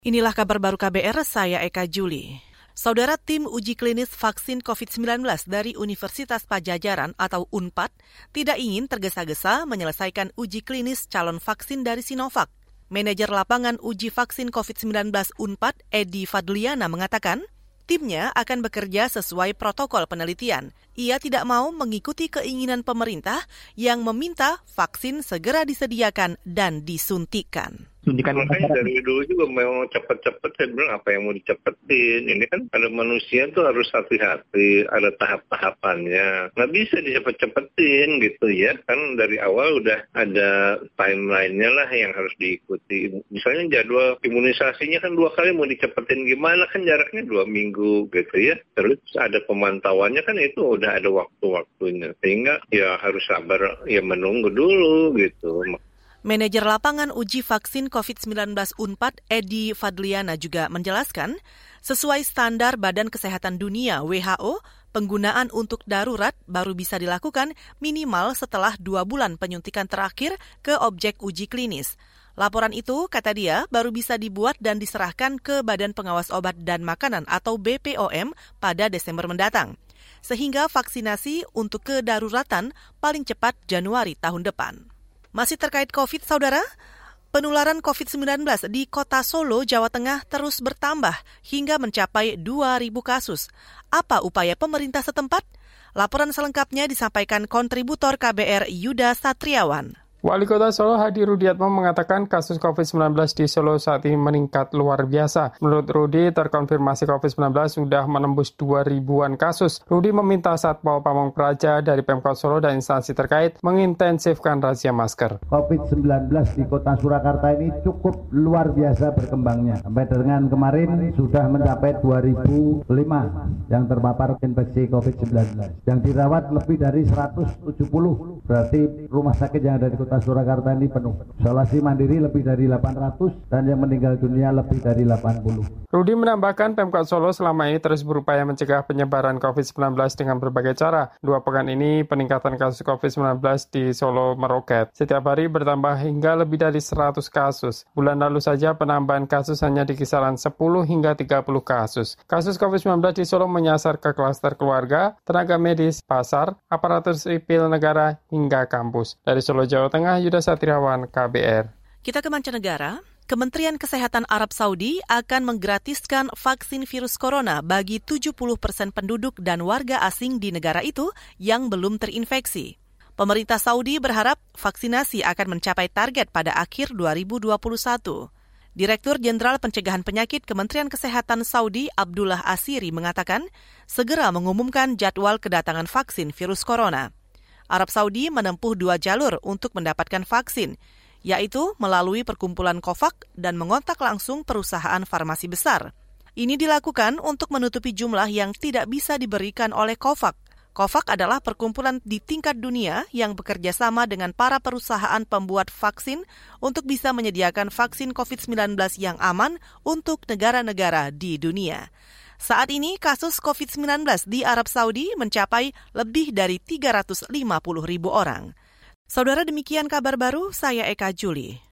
Inilah kabar baru KBR, saya Eka Juli. Saudara, tim uji klinis vaksin COVID-19 dari Universitas Padjadjaran atau UNPAD tidak ingin tergesa-gesa menyelesaikan uji klinis calon vaksin dari Sinovac. Manajer lapangan uji vaksin COVID-19 UNPAD, Edi Fadliana, mengatakan timnya akan bekerja sesuai protokol penelitian. Ia tidak mau mengikuti keinginan pemerintah yang meminta vaksin segera disediakan dan disuntikan. Makanya dari dulu juga memang cepet-cepet, saya bilang apa yang mau dicepetin. Ini kan pada manusia tuh harus hati-hati, ada tahap-tahapannya. Nggak bisa dicepet-cepetin gitu ya. Kan dari awal udah ada timeline-nya lah yang harus diikuti. Misalnya jadwal imunisasinya kan 2 kali mau dicepetin gimana, kan jaraknya 2 minggu gitu ya. Terus ada pemantauannya kan itu udah ada waktu-waktunya. Sehingga ya harus sabar ya menunggu dulu gitu. Manajer lapangan uji vaksin COVID-19 UNPAD, Edi Fadliana, juga menjelaskan, sesuai standar Badan Kesehatan Dunia WHO, penggunaan untuk darurat baru bisa dilakukan minimal setelah 2 bulan penyuntikan terakhir ke objek uji klinis. Laporan itu, kata dia, baru bisa dibuat dan diserahkan ke Badan Pengawas Obat dan Makanan atau BPOM pada Desember mendatang. Sehingga vaksinasi untuk kedaruratan paling cepat Januari tahun depan. Masih terkait COVID, saudara, penularan COVID-19 di kota Solo, Jawa Tengah terus bertambah hingga mencapai 2.000 kasus. Apa upaya pemerintah setempat? Laporan selengkapnya disampaikan kontributor KBR Yuda Satriawan. Wali Kota Solo Hadi Rudiatmo mengatakan kasus COVID-19 di Solo saat ini meningkat luar biasa. Menurut Rudi, terkonfirmasi COVID-19 sudah menembus 2.000-an kasus. Rudi meminta Satpol Pamong Praja dari Pemkot Solo dan instansi terkait mengintensifkan razia masker. COVID-19 di Kota Surakarta ini cukup luar biasa berkembangnya. Sampai dengan kemarin sudah mencapai 2.005 yang terpapar infeksi COVID-19. Yang dirawat lebih dari 170, berarti rumah sakit yang ada di Kota Surakarta ini penuh. Isolasi mandiri lebih dari 800 dan yang meninggal dunia lebih dari 80. Rudi menambahkan Pemkot Solo selama ini terus berupaya mencegah penyebaran COVID-19 dengan berbagai cara. 2 pekan ini peningkatan kasus COVID-19 di Solo meroket. Setiap hari bertambah hingga lebih dari 100 kasus. Bulan lalu saja penambahan kasus hanya di kisaran 10 hingga 30 kasus. Kasus COVID-19 di Solo menyasar ke klaster keluarga, tenaga medis, pasar, aparatur sipil negara, hingga kampus. Dari Solo, Jawa Tengah, Yuda Satriawan, KBR. Kita ke mancanegara. Kementerian Kesehatan Arab Saudi akan menggratiskan vaksin virus corona bagi 70% penduduk dan warga asing di negara itu yang belum terinfeksi. Pemerintah Saudi berharap vaksinasi akan mencapai target pada akhir 2021. Direktur Jenderal Pencegahan Penyakit Kementerian Kesehatan Saudi, Abdullah Asiri, mengatakan segera mengumumkan jadwal kedatangan vaksin virus corona. Arab Saudi menempuh 2 jalur untuk mendapatkan vaksin, yaitu melalui perkumpulan COVAX dan mengontak langsung perusahaan farmasi besar. Ini dilakukan untuk menutupi jumlah yang tidak bisa diberikan oleh COVAX. COVAX adalah perkumpulan di tingkat dunia yang bekerja sama dengan para perusahaan pembuat vaksin untuk bisa menyediakan vaksin COVID-19 yang aman untuk negara-negara di dunia. Saat ini kasus COVID-19 di Arab Saudi mencapai lebih dari 350.000 orang. Saudara, demikian kabar baru, saya Eka Juli.